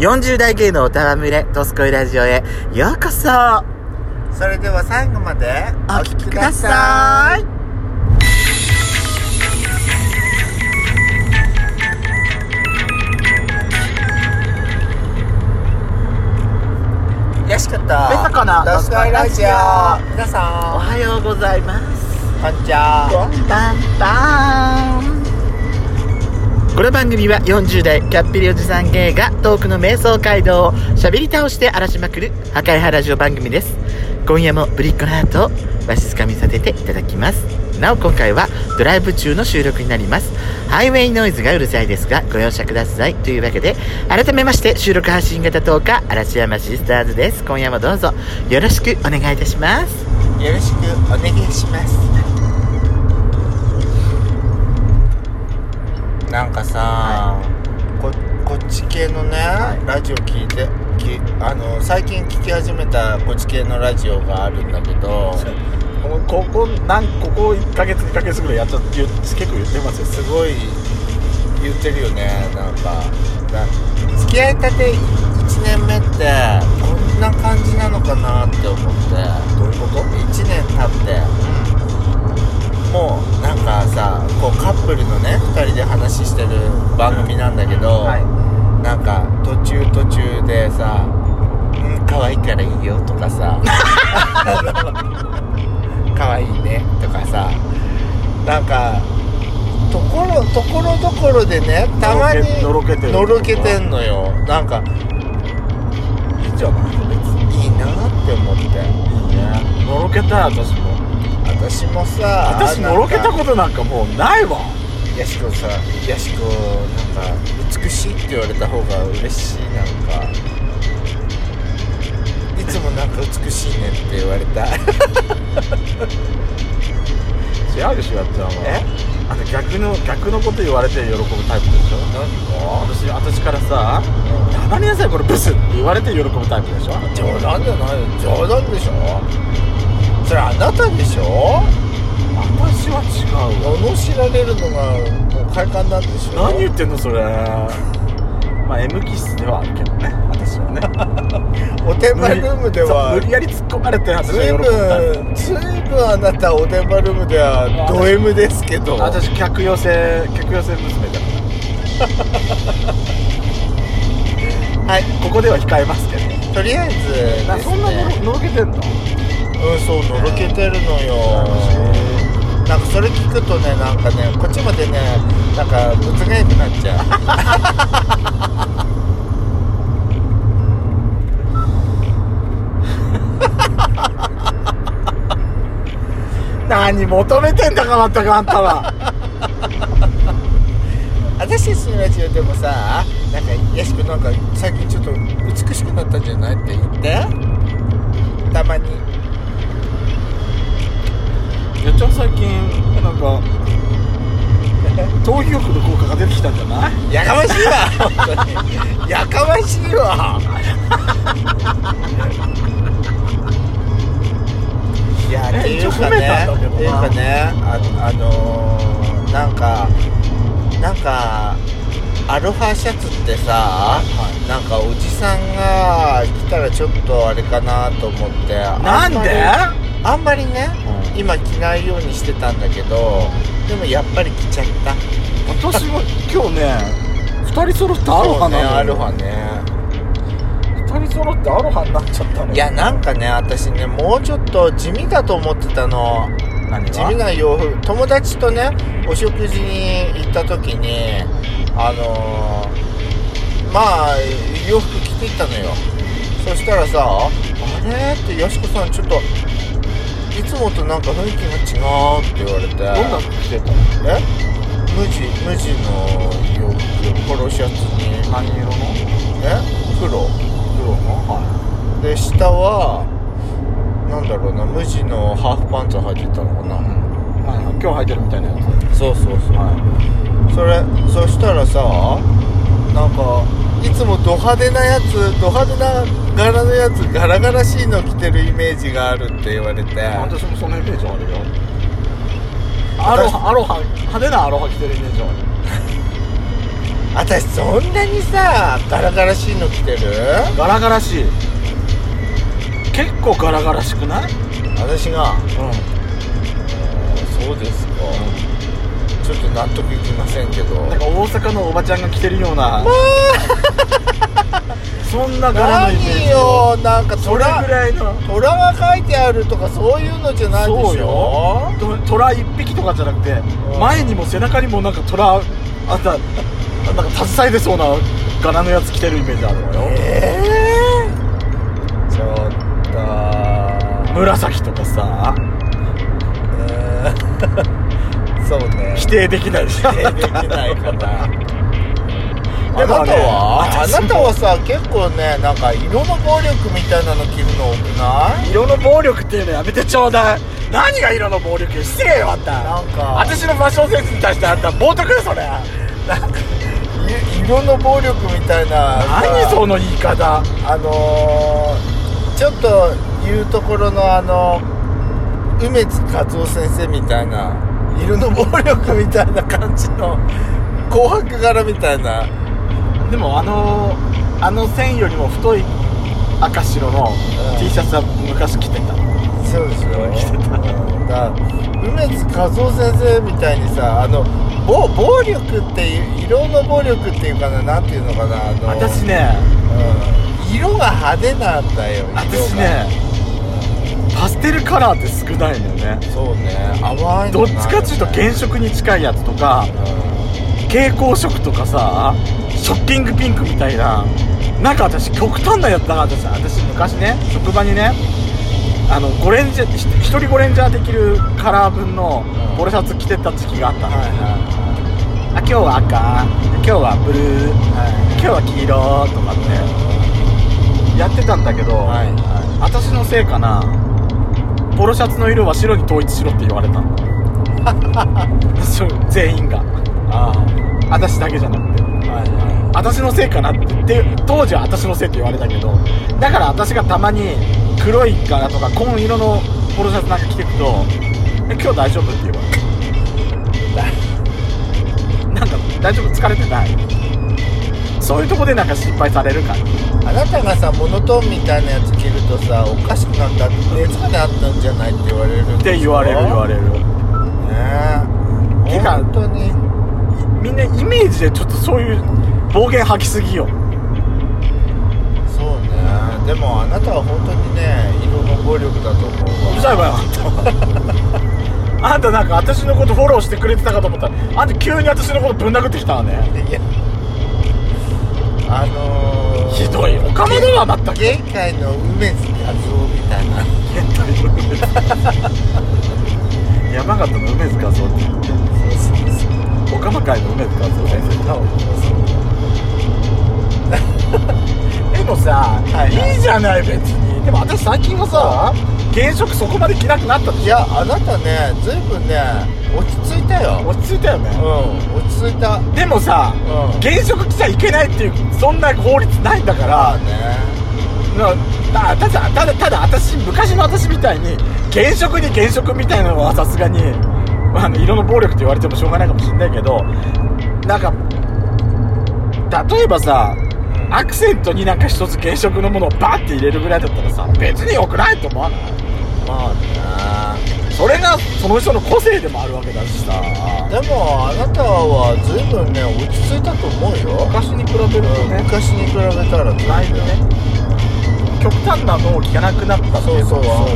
40代芸のおたわむれドスコイラジオへようこそ。 それでは最後までお聞きください。 よしことペソコのドスコイラジオ。皆さんおはようございます。 こんにちは。 こんばんばん。この番組は40代キャッピリおじさん芸がトークの瞑想街道を喋り倒して荒らしまくる破壊派ラジオ番組です。今夜もぶりっ子のハートをわしづかみさせていただきます。なお今回はドライブ中の収録になります。ハイウェイノイズがうるさいですがご容赦ください。というわけで改めまして収録発信型10日嵐山シスターズです。今夜もどうぞよろしくお願いいたします。 よろしくお願いします。なんかさ、こっち系のね、ラジオ聞いて最近聞き始めたこっち系のラジオがあるんだけど、 ここ1ヶ月2ヶ月ぐらいやっちゃって結構言ってますよ。 すごい言ってるよね。なんか付き合いたて1年目ってこんな感じなのかなって思って。 どういうこと？ 1年経って、もうなんかさ、こうカップルのね2人で話してる番組なんだけど、なんか途中でさ、可愛いからいいよとかさ可愛いねとかさ、なんかところどころでね、たまにのろけてんのよ。なんかいいんじゃない？別にいいなって思って。いいね、 のろけたい。 私もさ、 私のろけたことなんかもうないわ。 ヤシコなんか美しいって言われた方が嬉しい。なんかいつもなんか美しいねって言われた違うでしょ、やっちゃんは。あと逆のこと言われて喜ぶタイプでしょ。 何が？ 私からさ、黙りなさいこれブスって言われて喜ぶタイプでしょ。 冗談じゃないよ。冗談でしょ。それあなたでしょ。 私は違うわ。 罵られるのがもう快感なんでしょ。 何言ってんのそれ。まあ M 気質ではあるけどね、私はねおてんばルームでは無理やり突っ込まれて私はずいぶんあなたおてんばルームではド M ですけど、 私客寄せ娘だからはい、ここでは控えますけど、 とりあえずですね、 そんなのろけてんの？ そう、のろけてるのよ。なんかそれ聞くとね、なんかね、こっちまでね、なんかぶつがいくなっちゃう何求めてんだかまったかあんたは私たちのラジオでもさ、なんかヤシコなんか最近ちょっと美しくなったんじゃないって言ってたまに。 やっちゃん最近なんか頭皮力の効果が出てきたんじゃない？ やかましいわ本当にやかましいわいやっていうかね、なんかアロハシャツってさ、なんかおじさんが着たらちょっとあれかなと思って。 なんで？ あんまりね、今着ないようにしてたんだけど、でもやっぱり着ちゃった。 私も今日ね、2人揃ってアロハなのよ。 アロハね、 2人揃ってアロハになっちゃったのよ。 いやなんかね、私ね、もうちょっと地味だと思ってたの。地味な洋服。友達とねお食事に行った時にまあ洋服着ていったのよ。そしたらさ、あれってヤシコさんちょっといつもとなんか雰囲気が違うって言われて。 どんな服着てたの？ 無地の洋服、ポロシャツに。 何色の？ 黒の？ はい。 で下はなんだろうな、無地のハーフパンツ履いてたのかな。 今日履いてるみたいなやつ。 そう、そしたらさ、なんかいつもド派手な柄のやつ、ガラガラしいの着てるイメージがあるって言われて。 私もそのイメージあるよ。アロハ派手なアロハ着てるイメージある。 私そんなにさガラガラしいの着てる？ ガラガラしい。結構ガラガラしくない？ 私がそうですか、ちょっと納得いきませんけど、 なんか大阪のおばちゃんが着てるような、そんな柄のイメージ。 何よ、なんかそれぐらいの虎が書いてあるとかそういうのじゃないでしょ。 そうよ。虎一匹とかじゃなくて、前にも背中にもなんか虎なんか携えてそうな柄のやつ着てるイメージあるわよ。 ちょっと紫とかさ、 そうね、 否定できないし、 否定できないかな。でもあなたはさ、結構ね、なんか色の暴力みたいなの着るの多くない？ 色の暴力っていうのやめてちょうだい。何が色の暴力？失礼よあんた。 なんか私のファッションセンスに対してあんた冒涜よそれ。 なんか色の暴力みたいな。 何その言い方。 ちょっと言うところの梅津和夫先生みたいな色の暴力みたいな感じの紅白柄みたいな。 でも線よりも太い赤白の T シャツは昔着てた。 そうですよ、着てた。だ梅津和夫先生みたいにさ、暴力っていう色の暴力っていうかな、なんていうのかな、 私ね、 色が派手なんだよ。 私ね、パステルカラーって少ないのよね。 そうね、淡いの、ね、 どっちかっていうと原色に近いやつとか、蛍光色とかさ、ショッキングピンクみたいな、なんか私極端なやつだな。私昔ね、職場にね、ゴレンジャー、一人ゴレンジャーできるカラー分のポロシャツ着てた時期があったの。今日は赤、今日はブルー、今日は黄色とかってやってたんだけど、私のせいかな、ポロシャツの色は白に統一しろって言われたの。全員が。私だけじゃなくて、私のせいかなって当時は私のせいって言われたけど、だから私がたまに黒い柄とか紺色のポロシャツなんか着てくと、今日大丈夫って言われる。なんか大丈夫、疲れてない？そういうとこでなんか心配されるから。 あなたがさ、モノトーンみたいなやつ着るとさ、おかしくなった、熱があったんじゃないって言われるんでしょ。 って言われるね。本当にみんなイメージでちょっとそういう暴言吐きすぎよ。 そうね。でもあなたは本当にね、色の暴力だと思うわ。 うるさいわよあんたなんか私のことフォローしてくれてたかと思ったら、あんた急に私のことぶん殴ってきたわね。 いや、 ひどいおかまだわ。まったく芸界の梅津和夫みたいな。 山形の梅津和夫って言って、おかま界の梅津和夫先生でもさ、いいじゃない別に。でも私最近はさ、原色そこまで着なくなったでしょ。 いや、あなたね、ずいぶんね、落ち着いたよ。 落ち着いたよね。 落ち着いた。 でもさ、原色着ちゃいけないっていうそんな法律ないんだから。ただ私、昔の私みたいに原色に原色みたいなのはさすがに色の暴力って言われてもしょうがないかもしれないけど、なんか例えばさ、アクセントになんか一つ原色のものをバッて入れるぐらいだったらさ、別に良くないと思わない？ まあね、 それがその人の個性でもあるわけだしさ。 でもあなたは随分ね、落ち着いたと思うよ。 昔に比べるとね、 昔に比べたらだいぶね、極端なのを聞かなくなったっていうのは。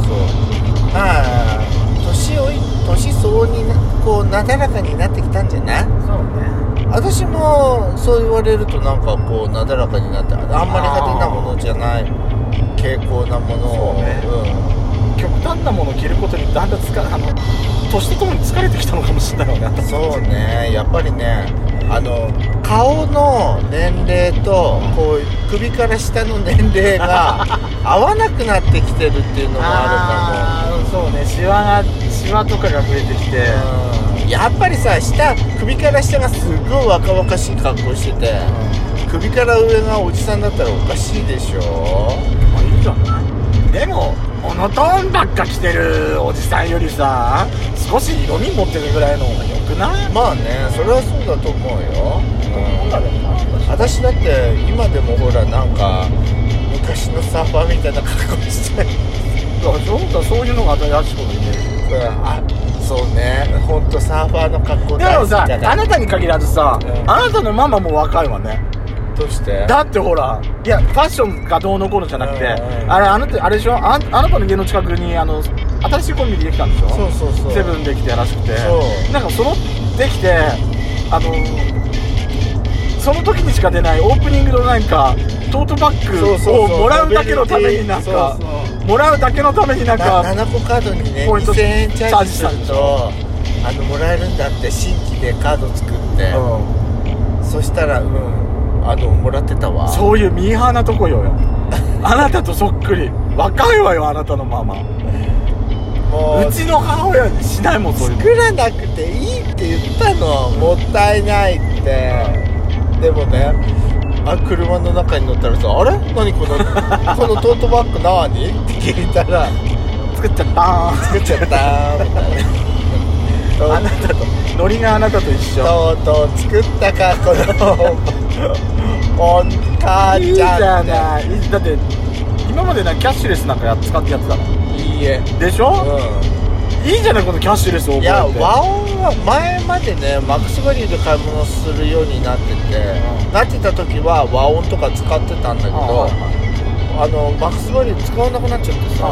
年相応にこうなだらかになってきたんじゃない？ そうね。 私もそう言われるとなんかこうなだらかになって、あんまり派手なものじゃない傾向なものを、 極端なものを着ることにだんだん年とともに疲れてきたのかもしれないよね。 そうね、やっぱりね、顔の年齢とこう首から下の年齢が合わなくなってきてるっていうのもあるかも。 そうね、シワとかが増えてきて、 やっぱりさ、首から下がすごい若々しい格好してて、首から上がおじさんだったらおかしいでしょ。 まあいいじゃない。でもモノトーンばっか着てるおじさんよりさ、少し色味持ってるぐらいの方がよくない？ まあね、それはそうだと思うよ、私だって今でもほらなんか昔のサーファーみたいな格好してるそういうのが私やしこのイメージ。 あ、そうね、ほんとサーファーの格好でもさ、 大好きだから。 あなたに限らずさ、あなたのママも若いわね。 どうして？ だってほら、いやファッションがどうのこうのじゃなくて、あれでしょ、あなたの家の近くに新しいコンビニできたんでしょ。 そうセブンできてらしくて、なんかそのできてその時にしか出ないオープニングのなんかトートバッグをもらうだけのためになんかもらうだけのためになんか 7個カードにね2000円チャージするともらえるんだって。新規でカード作って、そしたらもらってたわ。 そういうミーハーなとこよあなたとそっくり。若いわよあなたのママ。うちの母親にしないもん。そういうの作らなくていいって言ったの。もったいないって。でもね、車の中に乗ったらさ、あれ何このトートバッグ何って聞いたら作っちゃったみたいなあなたとノリがあなたと一緒。 とうとう作ったかこの母ちゃんって。 いいじゃない。だって今までキャッシュレスなんか使ってやってたの？ いいえ。 でしょ、いいじゃないこのキャッシュレスを覚えて。 いや、和音は前までねマックスバリューで買い物するようになってて、なってた時は和音とか使ってたんだけど、マックスバリュー使わなくなっちゃってさ、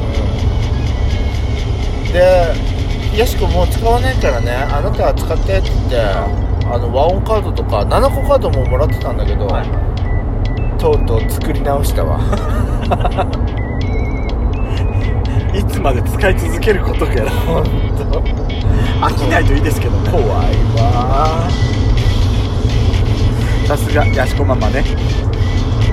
でよしこもう使わないからね、あなたは使ってって言って和音カードとか7個カードももらってたんだけど、とうとう作り直したわいつまで使い続けることかよ。 本当飽きないといいですけどね。 怖いわ。 さすがやしこママね。